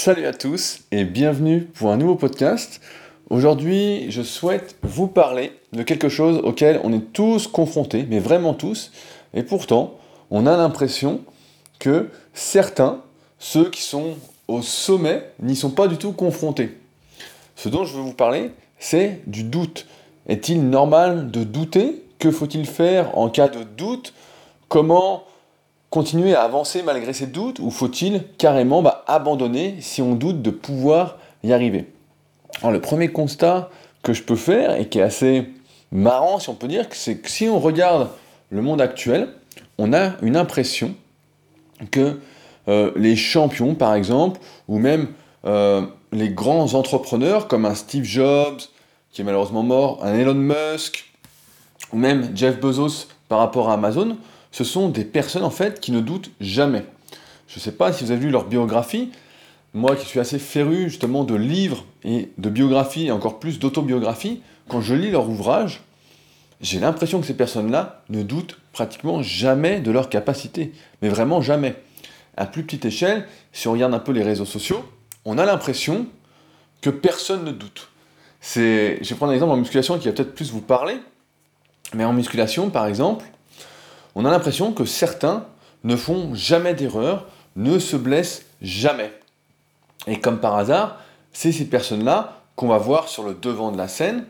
Salut à tous et bienvenue pour un nouveau podcast. Aujourd'hui, je souhaite vous parler de quelque chose auquel on est tous confrontés, mais vraiment tous, et pourtant, on a l'impression que certains, ceux qui sont au sommet, n'y sont pas du tout confrontés. Ce dont je veux vous parler, c'est du doute. Est-il normal de douter? Que faut-il faire en cas de doute? Comment continuer à avancer malgré ses doutes ou faut-il carrément abandonner si on doute de pouvoir y arriver? Alors le premier constat que je peux faire et qui est assez marrant si on peut dire, c'est que si on regarde le monde actuel, on a une impression que les champions par exemple, ou même les grands entrepreneurs comme un Steve Jobs qui est malheureusement mort, un Elon Musk, ou même Jeff Bezos par rapport à Amazon, ce sont des personnes en fait qui ne doutent jamais. Je ne sais pas si vous avez vu leur biographie, moi qui suis assez féru justement de livres et de biographies, et encore plus d'autobiographies, quand je lis leur ouvrage, j'ai l'impression que ces personnes-là ne doutent pratiquement jamais de leur capacité, mais vraiment jamais. À plus petite échelle, si on regarde un peu les réseaux sociaux, on a l'impression que personne ne doute. Je vais prendre un exemple en musculation qui va peut-être plus vous parler, mais en musculation par exemple, on a l'impression que certains ne font jamais d'erreur, ne se blessent jamais. Et comme par hasard, c'est ces personnes-là qu'on va voir sur le devant de la scène,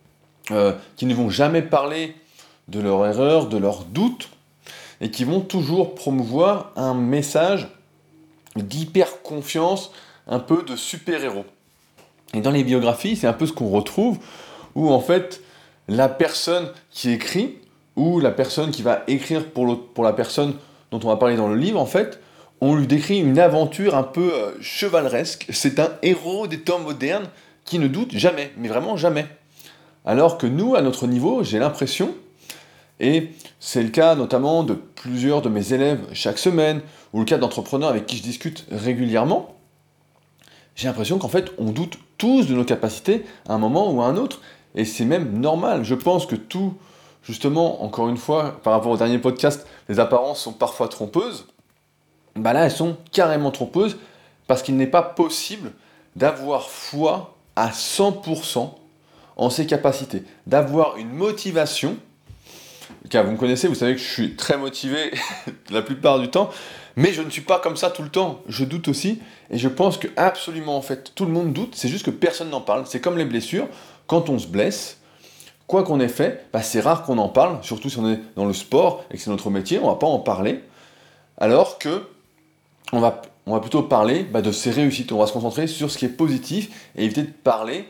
qui ne vont jamais parler de leur erreur, de leurs doutes, et qui vont toujours promouvoir un message d'hyper-confiance, un peu de super-héros. Et dans les biographies, c'est un peu ce qu'on retrouve, où en fait, la personne qui écrit, ou la personne qui va écrire pour la personne dont on va parler dans le livre, en fait, on lui décrit une aventure un peu chevaleresque. C'est un héros des temps modernes qui ne doute jamais, mais vraiment jamais. Alors que nous, à notre niveau, j'ai l'impression, et c'est le cas notamment de plusieurs de mes élèves chaque semaine, ou le cas d'entrepreneurs avec qui je discute régulièrement, j'ai l'impression qu'en fait, on doute tous de nos capacités à un moment ou à un autre, et c'est même normal. Je pense que tout, justement, encore une fois, par rapport au dernier podcast, les apparences sont parfois trompeuses. Là, elles sont carrément trompeuses, parce qu'il n'est pas possible d'avoir foi à 100% en ses capacités, d'avoir une motivation, car vous me connaissez, vous savez que je suis très motivé la plupart du temps, mais je ne suis pas comme ça tout le temps, je doute aussi, et je pense que absolument en fait tout le monde doute, c'est juste que personne n'en parle, c'est comme les blessures, quand on se blesse, quoi qu'on ait fait, c'est rare qu'on en parle, surtout si on est dans le sport et que c'est notre métier, on va pas en parler, alors que on va plutôt parler de ses réussites, on va se concentrer sur ce qui est positif et éviter de parler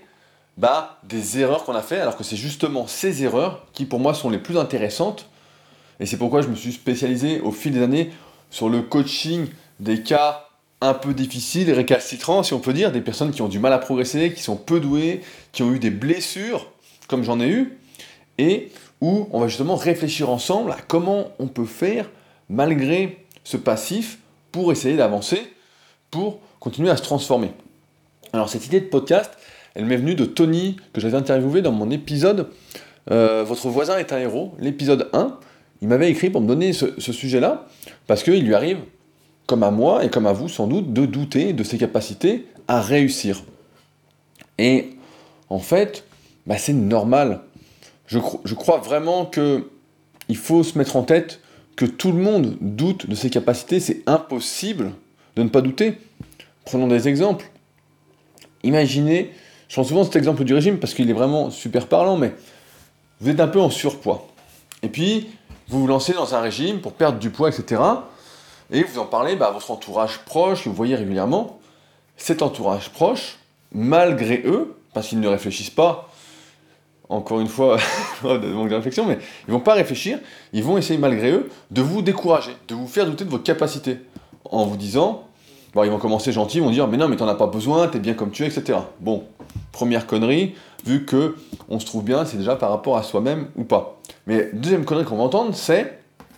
des erreurs qu'on a fait, alors que c'est justement ces erreurs qui pour moi sont les plus intéressantes, et c'est pourquoi je me suis spécialisé au fil des années sur le coaching des cas un peu difficiles, récalcitrants si on peut dire, des personnes qui ont du mal à progresser, qui sont peu douées, qui ont eu des blessures, comme j'en ai eu, et où on va justement réfléchir ensemble à comment on peut faire malgré ce passif pour essayer d'avancer, pour continuer à se transformer. Alors cette idée de podcast, elle m'est venue de Tony, que j'avais interviewé dans mon épisode Votre voisin est un héros, l'épisode 1. Il m'avait écrit pour me donner ce sujet-là, parce qu'il lui arrive, comme à moi et comme à vous sans doute, de douter de ses capacités à réussir. Et en fait, c'est normal. Je crois vraiment qu'il faut se mettre en tête que tout le monde doute de ses capacités, c'est impossible de ne pas douter. Prenons des exemples. Imaginez, je prends souvent cet exemple du régime parce qu'il est vraiment super parlant, mais vous êtes un peu en surpoids. Et puis, vous vous lancez dans un régime pour perdre du poids, etc. Et vous en parlez à votre entourage proche, que vous voyez régulièrement. Cet entourage proche, malgré eux, parce qu'ils ne réfléchissent pas, encore une fois, de manque de réflexion, mais ils vont pas réfléchir, ils vont essayer malgré eux de vous décourager, de vous faire douter de vos capacités, en vous disant, ils vont commencer gentils, ils vont dire, mais non, mais t'en as pas besoin, t'es bien comme tu es, etc. Bon, première connerie, vu que on se trouve bien, c'est déjà par rapport à soi-même ou pas. Mais deuxième connerie qu'on va entendre, c'est,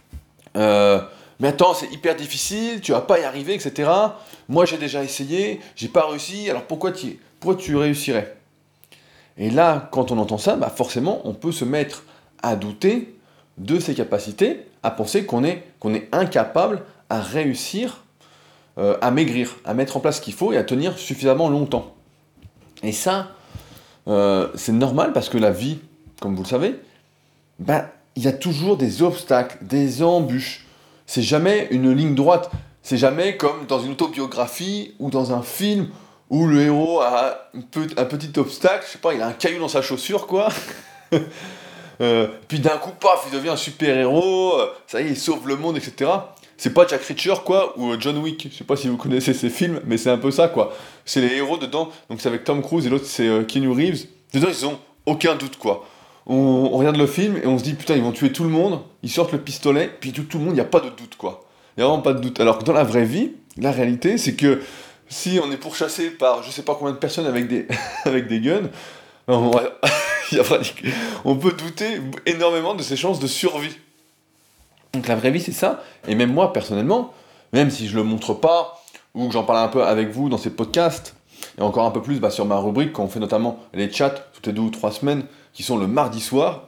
mais attends, c'est hyper difficile, tu vas pas y arriver, etc. Moi j'ai déjà essayé, j'ai pas réussi, alors pourquoi tu réussirais? Et là, quand on entend ça, forcément, on peut se mettre à douter de ses capacités, à penser qu'on est incapable à réussir à maigrir, à mettre en place ce qu'il faut et à tenir suffisamment longtemps. Et ça, c'est normal parce que la vie, comme vous le savez, bah, il y a toujours des obstacles, des embûches. C'est jamais une ligne droite. C'est jamais comme dans une autobiographie ou dans un film où le héros a un petit obstacle, je sais pas, il a un caillou dans sa chaussure, quoi. Puis d'un coup, paf, il devient un super-héros, ça y est, il sauve le monde, etc. C'est pas Jack Reacher, quoi, ou John Wick. Je sais pas si vous connaissez ces films, mais c'est un peu ça, quoi. C'est les héros dedans, donc c'est avec Tom Cruise et l'autre c'est Keanu Reeves. Dedans, ils ont aucun doute, quoi. On regarde le film et on se dit, putain, ils vont tuer tout le monde, ils sortent le pistolet, puis tout le monde, il n'y a pas de doute, quoi. Il n'y a vraiment pas de doute. Alors que dans la vraie vie, la réalité, c'est que si on est pourchassé par je sais pas combien de personnes avec des, avec des guns, on, il y a on peut douter énormément de ses chances de survie. Donc la vraie vie, c'est ça. Et même moi, personnellement, même si je le montre pas, ou que j'en parle un peu avec vous dans ces podcasts, et encore un peu plus sur ma rubrique, quand on fait notamment les chats toutes les 2 ou 3 semaines, qui sont le mardi soir,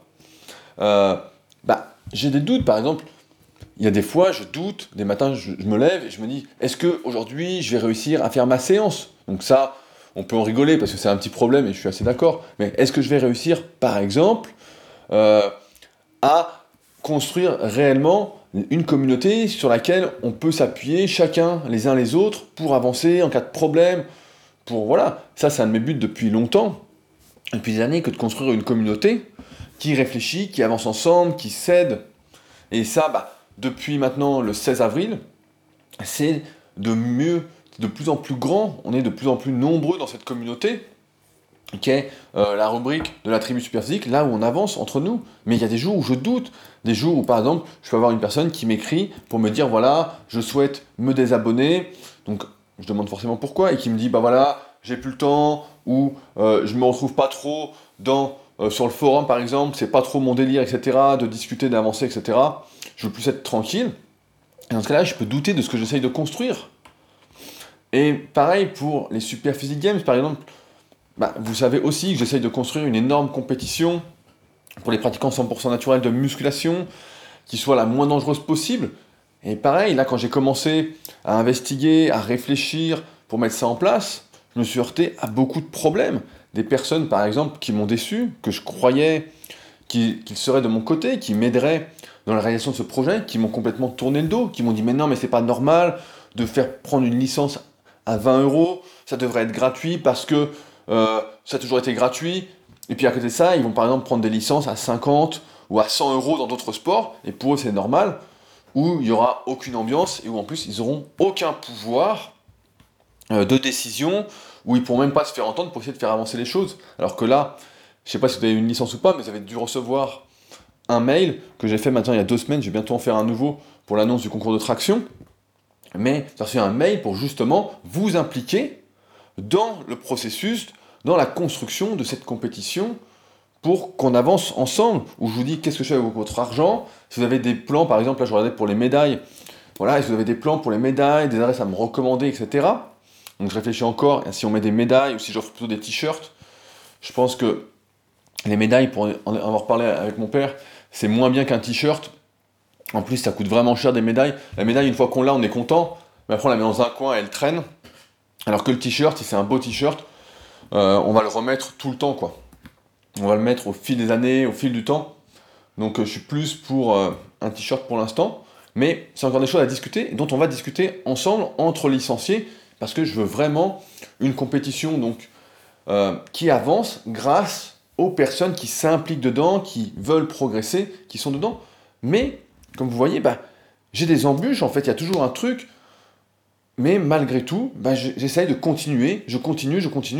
j'ai des doutes. Par exemple, il y a des fois, je doute, des matins, je me lève et je me dis, est-ce qu'aujourd'hui, je vais réussir à faire ma séance? Donc ça, on peut en rigoler parce que c'est un petit problème et je suis assez d'accord, mais est-ce que je vais réussir, par exemple, à construire réellement une communauté sur laquelle on peut s'appuyer chacun les uns les autres pour avancer en cas de problème, voilà, ça c'est un de mes buts depuis longtemps, depuis des années, que de construire une communauté qui réfléchit, qui avance ensemble, qui s'aide. Et ça, depuis maintenant le 16 avril, c'est de plus en plus grand, on est de plus en plus nombreux dans cette communauté, qui est la rubrique de la tribu Superphysique, là où on avance entre nous. Mais il y a des jours où je doute, des jours où par exemple, je peux avoir une personne qui m'écrit pour me dire, voilà, je souhaite me désabonner, donc je demande forcément pourquoi, et qui me dit, voilà, j'ai plus le temps, ou je me retrouve pas trop sur le forum par exemple, c'est pas trop mon délire, etc., de discuter, d'avancer, etc., je veux plus être tranquille. Et dans ce cas-là, je peux douter de ce que j'essaye de construire. Et pareil pour les Super Physique Games, par exemple, vous savez aussi que j'essaye de construire une énorme compétition pour les pratiquants 100% naturels de musculation, qui soit la moins dangereuse possible. Et pareil, là, quand j'ai commencé à investiguer, à réfléchir pour mettre ça en place, je me suis heurté à beaucoup de problèmes. Des personnes, par exemple, qui m'ont déçu, que je croyais qu'ils seraient de mon côté, qui m'aideraient dans la réalisation de ce projet, qui m'ont complètement tourné le dos, qui m'ont dit « mais non, mais c'est pas normal de faire prendre une licence à 20 euros, ça devrait être gratuit parce que ça a toujours été gratuit ». Et puis à côté de ça, ils vont par exemple prendre des licences à 50 ou à 100 euros dans d'autres sports, et pour eux c'est normal, où il n'y aura aucune ambiance, et où en plus ils n'auront aucun pouvoir de décision, où ils ne pourront même pas se faire entendre pour essayer de faire avancer les choses. Alors que là, je ne sais pas si vous avez une licence ou pas, mais vous avez dû recevoir un mail que j'ai fait maintenant il y a 2 semaines, je vais bientôt en faire un nouveau pour l'annonce du concours de traction, mais j'ai reçu un mail pour justement vous impliquer dans le processus, dans la construction de cette compétition, pour qu'on avance ensemble, où je vous dis qu'est-ce que je fais avec votre argent, si vous avez des plans, par exemple, là je regardais pour les médailles, voilà, si vous avez des plans pour les médailles, des adresses à me recommander, etc. Donc je réfléchis encore, si on met des médailles, ou si j'offre plutôt des t-shirts, je pense que les médailles, pour en avoir parlé avec mon père, c'est moins bien qu'un t-shirt. En plus, ça coûte vraiment cher des médailles. La médaille, une fois qu'on l'a, on est content, mais après on la met dans un coin et elle traîne. Alors que le t-shirt, si c'est un beau t-shirt, on va le remettre tout le temps, quoi. On va le mettre au fil des années, au fil du temps. Donc je suis plus pour un t-shirt pour l'instant, mais c'est encore des choses à discuter, dont on va discuter ensemble, entre licenciés, parce que je veux vraiment une compétition donc, qui avance grâce aux personnes qui s'impliquent dedans, qui veulent progresser, qui sont dedans. Mais, comme vous voyez, j'ai des embûches, en fait, il y a toujours un truc, mais malgré tout, j'essaye de continuer, je continue.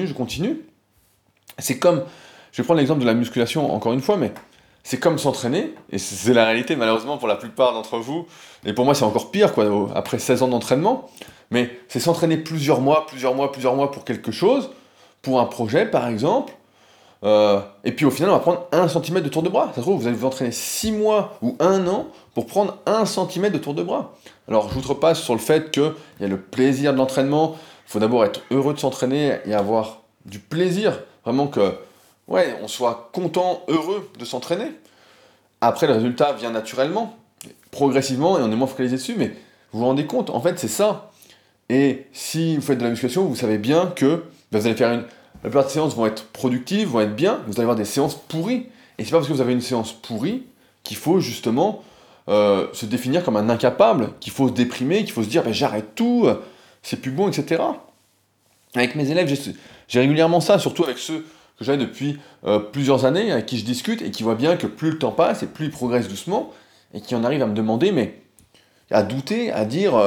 C'est comme, je vais prendre l'exemple de la musculation encore une fois, mais c'est comme s'entraîner, et c'est la réalité malheureusement pour la plupart d'entre vous, et pour moi c'est encore pire, quoi, après 16 ans d'entraînement, mais c'est s'entraîner plusieurs mois pour quelque chose, pour un projet par exemple, et puis au final on va prendre 1 cm de tour de bras. Ça se trouve, vous allez vous entraîner 6 mois ou 1 an pour prendre 1 cm de tour de bras. Alors je outrepasse sur le fait qu'il y a le plaisir de l'entraînement, il faut d'abord être heureux de s'entraîner et avoir du plaisir, vraiment que on soit content, heureux de s'entraîner. Après le résultat vient naturellement, progressivement, et on est moins focalisé dessus, mais vous vous rendez compte, en fait c'est ça. Et si vous faites de la musculation, vous savez bien que vous allez faire la plupart des séances vont être productives, vont être bien, vous allez avoir des séances pourries. Et c'est pas parce que vous avez une séance pourrie qu'il faut justement se définir comme un incapable, qu'il faut se déprimer, qu'il faut se dire ben, j'arrête tout, c'est plus bon, etc. Avec mes élèves, j'ai régulièrement ça, surtout avec ceux que j'ai depuis plusieurs années, avec qui je discute, et qui voient bien que plus le temps passe, et plus ils progressent doucement, et qui en arrivent à me demander, mais à douter, à dire,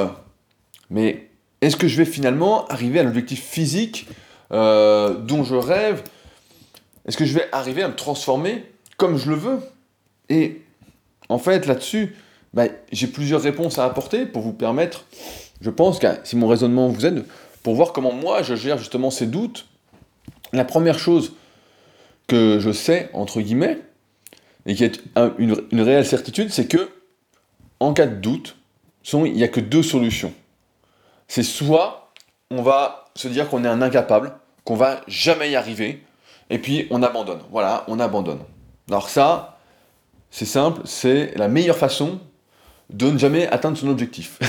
mais est-ce que je vais finalement arriver à l'objectif physique dont je rêve? Est-ce que je vais arriver à me transformer comme je le veux? Et en fait, là-dessus, bah, j'ai plusieurs réponses à apporter pour vous permettre, je pense, que si mon raisonnement vous aide, pour voir comment moi je gère justement ces doutes. La première chose que je sais, entre guillemets, et qui est une réelle certitude, c'est que, en cas de doute, il n'y a que deux solutions. C'est soit on va se dire qu'on est un incapable, qu'on va jamais y arriver, et puis on abandonne. Voilà, on abandonne. Alors ça, c'est simple, c'est la meilleure façon de ne jamais atteindre son objectif.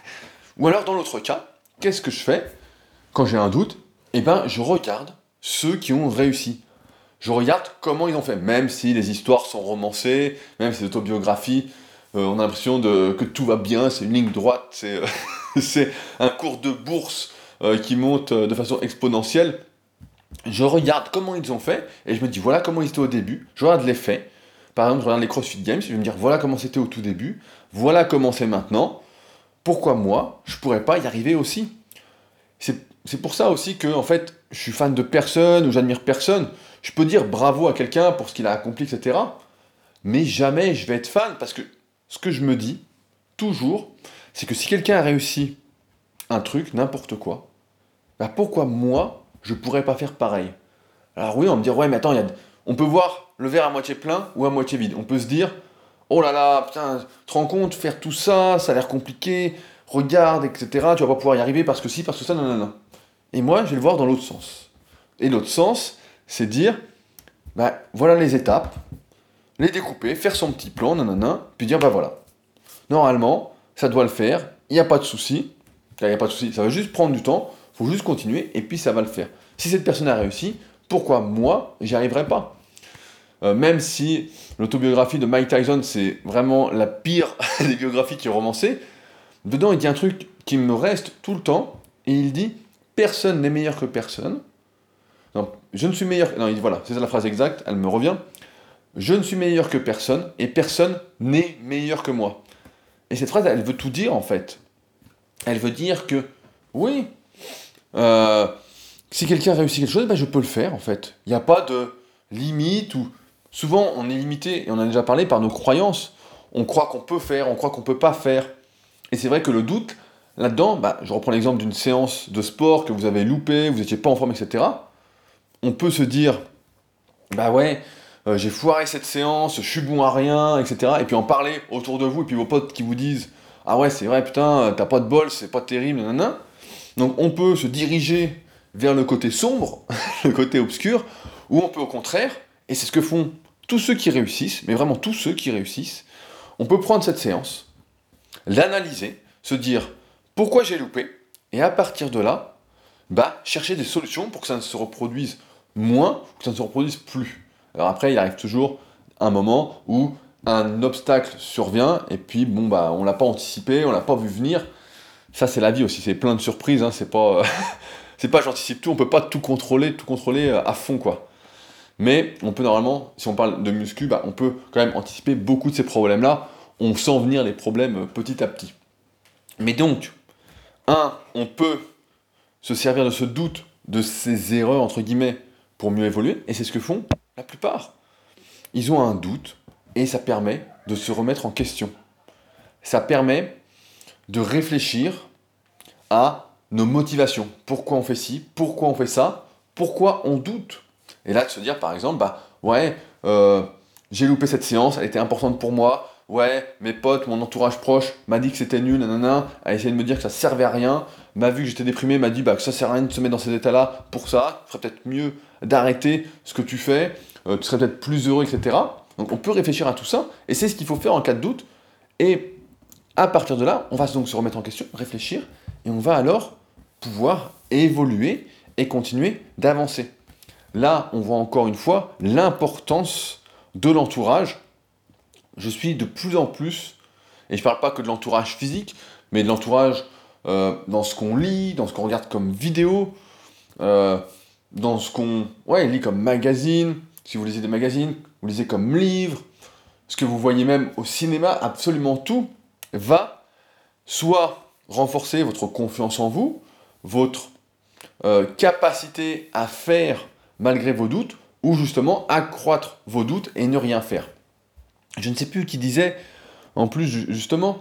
Ou alors dans l'autre cas, qu'est-ce que je fais quand j'ai un doute? Eh ben, je regarde ceux qui ont réussi. Je regarde comment ils ont fait, même si les histoires sont romancées, même si c'est autobiographie, on a l'impression que tout va bien, c'est une ligne droite, c'est un cours de bourse qui monte de façon exponentielle. Je regarde comment ils ont fait, et je me dis voilà comment ils étaient au début, je regarde les faits. Par exemple, je regarde les CrossFit Games, je vais me dire voilà comment c'était au tout début, voilà comment c'est maintenant, pourquoi moi, je pourrais pas y arriver aussi? C'est pour ça aussi que, en fait, je suis fan de personne ou j'admire personne. Je peux dire bravo à quelqu'un pour ce qu'il a accompli, etc. Mais jamais je vais être fan parce que ce que je me dis, toujours, c'est que si quelqu'un a réussi un truc, n'importe quoi, bah pourquoi moi, je pourrais pas faire pareil? Alors oui, on va me dire, ouais, mais attends, on peut voir le verre à moitié plein ou à moitié vide. On peut se dire, oh là là, putain, tu te rends compte, faire tout ça, ça a l'air compliqué, regarde, etc. Tu vas pas pouvoir y arriver parce que si, parce que ça, non, non, non. Et moi, je vais le voir dans l'autre sens. Et l'autre sens, c'est dire, bah voilà les étapes, les découper, faire son petit plan, nanana, puis dire, bah voilà. Normalement, ça doit le faire, il n'y a pas de souci. Il n'y a pas de souci, ça va juste prendre du temps, il faut juste continuer, et puis ça va le faire. Si cette personne a réussi, pourquoi moi, j'y arriverai pas? Même si l'autobiographie de Mike Tyson, c'est vraiment la pire des biographies qui est romancée, dedans il dit un truc qui me reste tout le temps, et il dit personne n'est meilleur que personne. Non, je ne suis meilleur. Non, voilà, c'est ça la phrase exacte, elle me revient. Je ne suis meilleur que personne, et personne n'est meilleur que moi. Et cette phrase, elle veut tout dire en fait. Elle veut dire que, oui, si quelqu'un réussit quelque chose, ben je peux le faire en fait. Il n'y a pas de limite ou. Souvent, on est limité, et on en a déjà parlé, par nos croyances. On croit qu'on peut faire, on croit qu'on peut pas faire. Et c'est vrai que le doute, là-dedans, bah, je reprends l'exemple d'une séance de sport que vous avez loupé, vous n'étiez pas en forme, etc. On peut se dire, bah ouais, j'ai foiré cette séance, je suis bon à rien, etc. Et puis en parler autour de vous, et puis vos potes qui vous disent, ah ouais, c'est vrai, putain, t'as pas de bol, c'est pas terrible, nanana. Donc on peut se diriger vers le côté sombre, le côté obscur, ou on peut au contraire, et c'est ce que font tous ceux qui réussissent, mais vraiment tous ceux qui réussissent, on peut prendre cette séance, l'analyser, se dire pourquoi j'ai loupé, et à partir de là, bah, chercher des solutions pour que ça ne se reproduise moins, que ça ne se reproduise plus. Alors après, il arrive toujours un moment où un obstacle survient, et puis bon, bah, on l'a pas anticipé, on l'a pas vu venir. Ça, c'est la vie aussi, c'est plein de surprises, hein, c'est pas, c'est pas j'anticipe tout, on peut pas tout contrôler à fond, quoi. Mais on peut normalement, si on parle de muscu, bah, on peut quand même anticiper beaucoup de ces problèmes-là, on sent venir les problèmes petit à petit. Mais donc, on peut se servir de ce doute, de ces erreurs, entre guillemets, pour mieux évoluer, et c'est ce que font la plupart. Ils ont un doute, et ça permet de se remettre en question. Ça permet de réfléchir à nos motivations. Pourquoi on fait ci? Pourquoi on fait ça? Pourquoi on doute? Et là, de se dire, par exemple, bah, ouais, j'ai loupé cette séance, elle était importante pour moi, ouais, mes potes, mon entourage proche m'a dit que c'était nul, nanana, a essayé de me dire que ça servait à rien, m'a vu que j'étais déprimé, m'a dit bah, que ça sert à rien de se mettre dans ces états-là pour ça, il ferait peut-être mieux d'arrêter ce que tu fais, tu serais peut-être plus heureux, etc. Donc on peut réfléchir à tout ça, et c'est ce qu'il faut faire en cas de doute, et à partir de là, on va donc se remettre en question, réfléchir, et on va alors pouvoir évoluer et continuer d'avancer. Là, on voit encore une fois l'importance de l'entourage. Je suis de plus en plus, et je ne parle pas que de l'entourage physique, mais de l'entourage dans ce qu'on lit, dans ce qu'on regarde comme vidéo, dans ce qu'on lit comme magazine. Si vous lisez des magazines, vous lisez comme livres, ce que vous voyez même au cinéma, absolument tout va soit renforcer votre confiance en vous, votre capacité à faire malgré vos doutes, ou justement accroître vos doutes et ne rien faire. Je ne sais plus qui disait, en plus justement,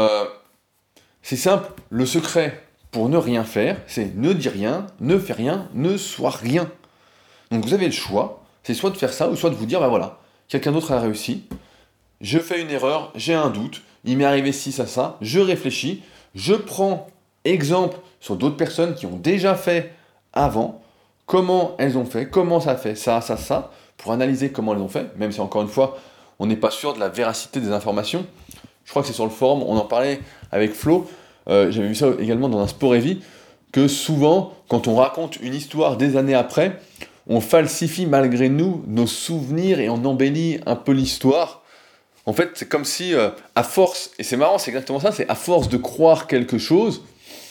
c'est simple, le secret pour ne rien faire, c'est ne dire rien, ne fais rien, ne sois rien. Donc vous avez le choix, c'est soit de faire ça, ou soit de vous dire, voilà, quelqu'un d'autre a réussi, je fais une erreur, j'ai un doute, il m'est arrivé ci, ça, je réfléchis, je prends exemple sur d'autres personnes qui ont déjà fait avant, comment elles ont fait, comment ça fait ça, pour analyser comment elles ont fait, même si encore une fois, on n'est pas sûr de la véracité des informations. Je crois que c'est sur le forum, on en parlait avec Flo, j'avais vu ça également dans un Sport et Vie, que souvent, quand on raconte une histoire des années après, on falsifie malgré nous nos souvenirs et on embellit un peu l'histoire. En fait, c'est comme si, à force, et c'est marrant, c'est exactement ça, c'est à force de croire quelque chose,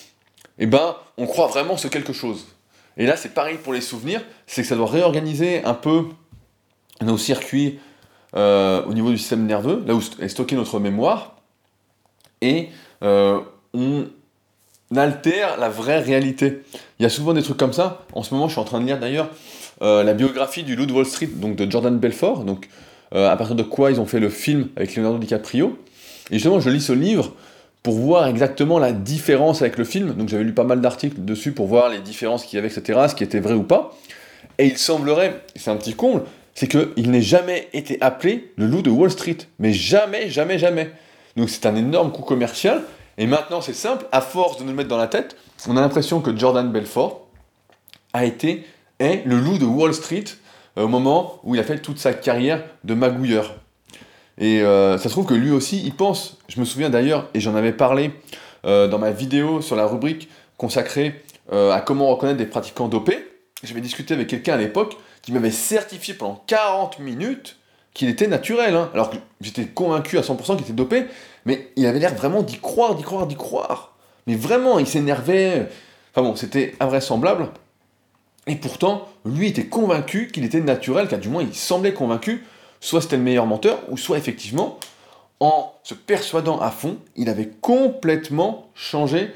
on croit vraiment ce quelque chose. Et là, c'est pareil pour les souvenirs, c'est que ça doit réorganiser un peu nos circuits au niveau du système nerveux, là où est stockée notre mémoire, et on altère la vraie réalité. Il y a souvent des trucs comme ça. En ce moment, je suis en train de lire d'ailleurs la biographie du Loup de Wall Street, donc de Jordan Belfort, donc à partir de quoi ils ont fait le film avec Leonardo DiCaprio. Et justement, je lis ce livre pour voir exactement la différence avec le film. Donc j'avais lu pas mal d'articles dessus pour voir les différences qu'il y avait, etc., ce qui était vrai ou pas. Et il semblerait, c'est un petit comble, c'est qu'il n'ait jamais été appelé le Loup de Wall Street. Mais jamais, jamais, jamais. Donc c'est un énorme coup commercial. Et maintenant, c'est simple, à force de nous le mettre dans la tête, on a l'impression que Jordan Belfort est le Loup de Wall Street au moment où il a fait toute sa carrière de magouilleur. Et ça se trouve que lui aussi, il pense, je me souviens d'ailleurs, et j'en avais parlé dans ma vidéo sur la rubrique consacrée à comment reconnaître des pratiquants dopés, j'avais discuté avec quelqu'un à l'époque qui m'avait certifié pendant 40 minutes qu'il était naturel, hein, alors que j'étais convaincu à 100% qu'il était dopé, mais il avait l'air vraiment d'y croire. Mais vraiment, il s'énervait, enfin bon, c'était invraisemblable. Et pourtant, lui était convaincu qu'il était naturel, car du moins il semblait convaincu, soit c'était le meilleur menteur, ou soit effectivement, en se persuadant à fond, il avait complètement changé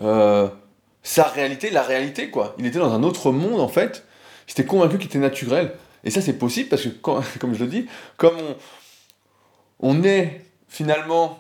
sa réalité, la réalité quoi. Il était dans un autre monde en fait, il était convaincu qu'il était naturel. Et ça c'est possible parce que, comme je le dis, comme on est finalement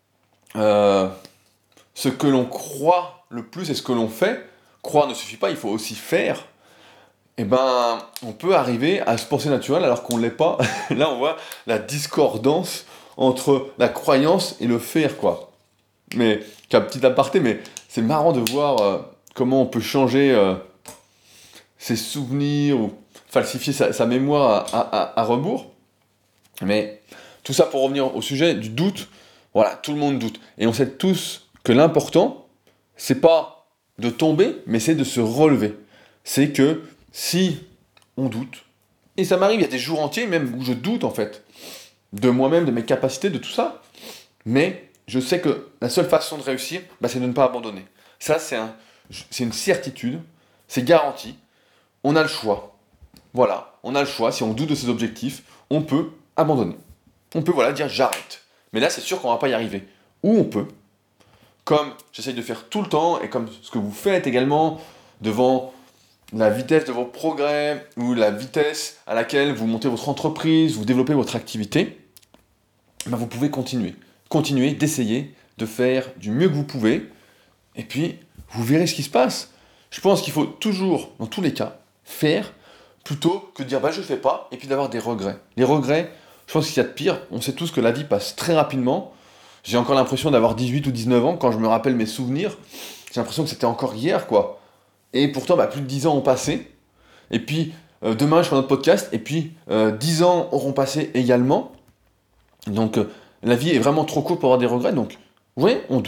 ce que l'on croit le plus et ce que l'on fait, croire ne suffit pas, il faut aussi faire. On peut arriver à se penser naturel alors qu'on ne l'est pas. Là, on voit la discordance entre la croyance et le faire, quoi. Mais, qu'un petit aparté, mais c'est marrant de voir comment on peut changer ses souvenirs ou falsifier sa mémoire à rebours. Mais tout ça pour revenir au sujet du doute, voilà, tout le monde doute. Et on sait tous que l'important, c'est pas de tomber, mais c'est de se relever. C'est que si on doute, et ça m'arrive, il y a des jours entiers même où je doute en fait, de moi-même, de mes capacités, de tout ça, mais je sais que la seule façon de réussir, c'est de ne pas abandonner. Ça, c'est une certitude, c'est garanti, on a le choix. Voilà, on a le choix, si on doute de ses objectifs, on peut abandonner. On peut dire j'arrête. Mais là, c'est sûr qu'on ne va pas y arriver. Ou on peut, comme j'essaye de faire tout le temps, et comme ce que vous faites également, devant la vitesse de vos progrès, ou la vitesse à laquelle vous montez votre entreprise, vous développez votre activité, vous pouvez continuer. Continuer d'essayer de faire du mieux que vous pouvez, et puis vous verrez ce qui se passe. Je pense qu'il faut toujours, dans tous les cas, faire, plutôt que de dire je fais pas, et puis d'avoir des regrets. Les regrets, je pense qu'il y a de pire, on sait tous que la vie passe très rapidement. J'ai encore l'impression d'avoir 18 ou 19 ans, quand je me rappelle mes souvenirs, j'ai l'impression que c'était encore hier, quoi. Et pourtant, plus de 10 ans ont passé. Et puis, demain, je ferai notre podcast. Et puis, 10 ans auront passé également. Donc, la vie est vraiment trop courte pour avoir des regrets. Donc, ouais, on doute.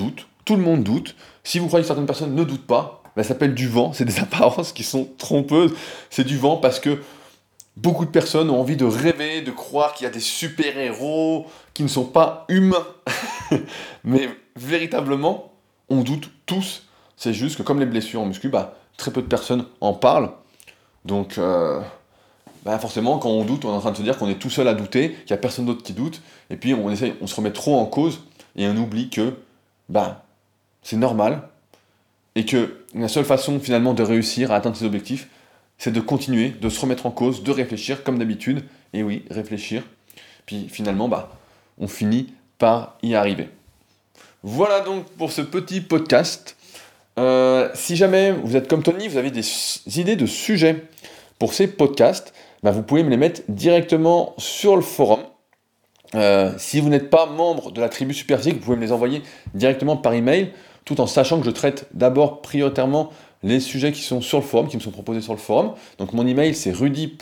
tout le monde doute. Si vous croyez que certaines personnes ne doutent pas, ça s'appelle du vent, c'est des apparences qui sont trompeuses. C'est du vent parce que beaucoup de personnes ont envie de rêver, de croire qu'il y a des super-héros qui ne sont pas humains. Mais véritablement, on doute tous. C'est juste que comme les blessures en muscu, très peu de personnes en parlent. Donc forcément, quand on doute, on est en train de se dire qu'on est tout seul à douter, qu'il n'y a personne d'autre qui doute. Et puis on se remet trop en cause et on oublie que c'est normal. Et que la seule façon finalement de réussir à atteindre ses objectifs, c'est de continuer, de se remettre en cause, de réfléchir comme d'habitude. Et oui, réfléchir. Puis finalement, on finit par y arriver. Voilà donc pour ce petit podcast. Si jamais vous êtes comme Tony, vous avez des idées de sujets pour ces podcasts, vous pouvez me les mettre directement sur le forum. Si vous n'êtes pas membre de la tribu Superphysique, vous pouvez me les envoyer directement par email, tout en sachant que je traite d'abord prioritairement les sujets qui sont sur le forum, qui me sont proposés sur le forum. Donc mon email c'est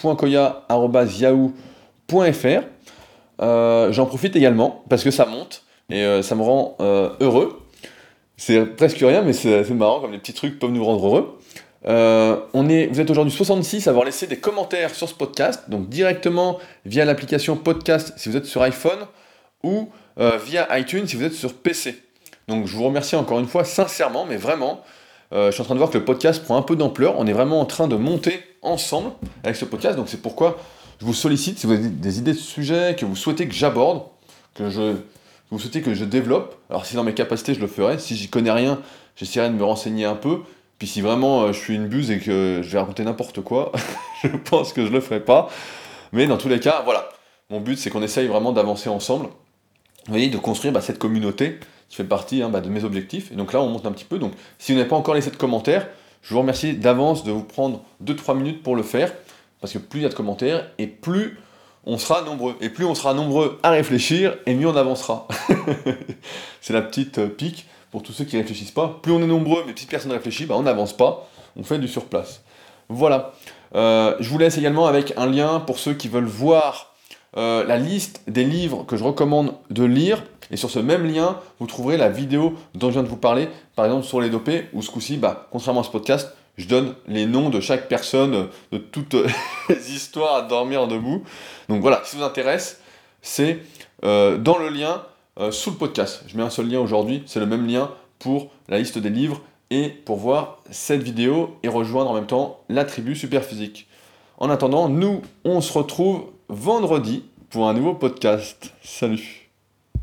rudy.koya@yahoo.fr. J'en profite également parce que ça monte et ça me rend heureux. C'est presque rien, mais c'est marrant comme les petits trucs peuvent nous rendre heureux. Vous êtes aujourd'hui 66 à avoir laissé des commentaires sur ce podcast, donc directement via l'application podcast si vous êtes sur iPhone ou via iTunes si vous êtes sur PC. Donc je vous remercie encore une fois sincèrement, mais vraiment, je suis en train de voir que le podcast prend un peu d'ampleur, on est vraiment en train de monter ensemble avec ce podcast, donc c'est pourquoi je vous sollicite, si vous avez des idées de sujets que vous souhaitez que j'aborde, que vous souhaitez que je développe, alors si dans mes capacités je le ferai, si j'y connais rien, j'essaierai de me renseigner un peu, puis si vraiment je suis une buse et que je vais raconter n'importe quoi, je pense que je le ferai pas, mais dans tous les cas, voilà, mon but c'est qu'on essaye vraiment d'avancer ensemble, vous voyez, de construire cette communauté qui fait partie de mes objectifs, et donc là on monte un petit peu, donc si vous n'avez pas encore laissé de commentaires, je vous remercie d'avance de vous prendre 2-3 minutes pour le faire, parce que plus il y a de commentaires, et plus on sera nombreux. Et plus on sera nombreux à réfléchir, et mieux on avancera. C'est la petite pique pour tous ceux qui ne réfléchissent pas. Plus on est nombreux, mais plus personne réfléchit, on n'avance pas, on fait du surplace. Voilà. Je vous laisse également avec un lien pour ceux qui veulent voir la liste des livres que je recommande de lire. Et sur ce même lien, vous trouverez la vidéo dont je viens de vous parler, par exemple sur les dopés, où ce coup-ci, contrairement à ce podcast, je donne les noms de chaque personne, de toutes les histoires à dormir debout. Donc voilà, si ça vous intéresse, c'est dans le lien sous le podcast. Je mets un seul lien aujourd'hui, c'est le même lien pour la liste des livres et pour voir cette vidéo et rejoindre en même temps la tribu Superphysique. En attendant, nous, on se retrouve vendredi pour un nouveau podcast. Salut!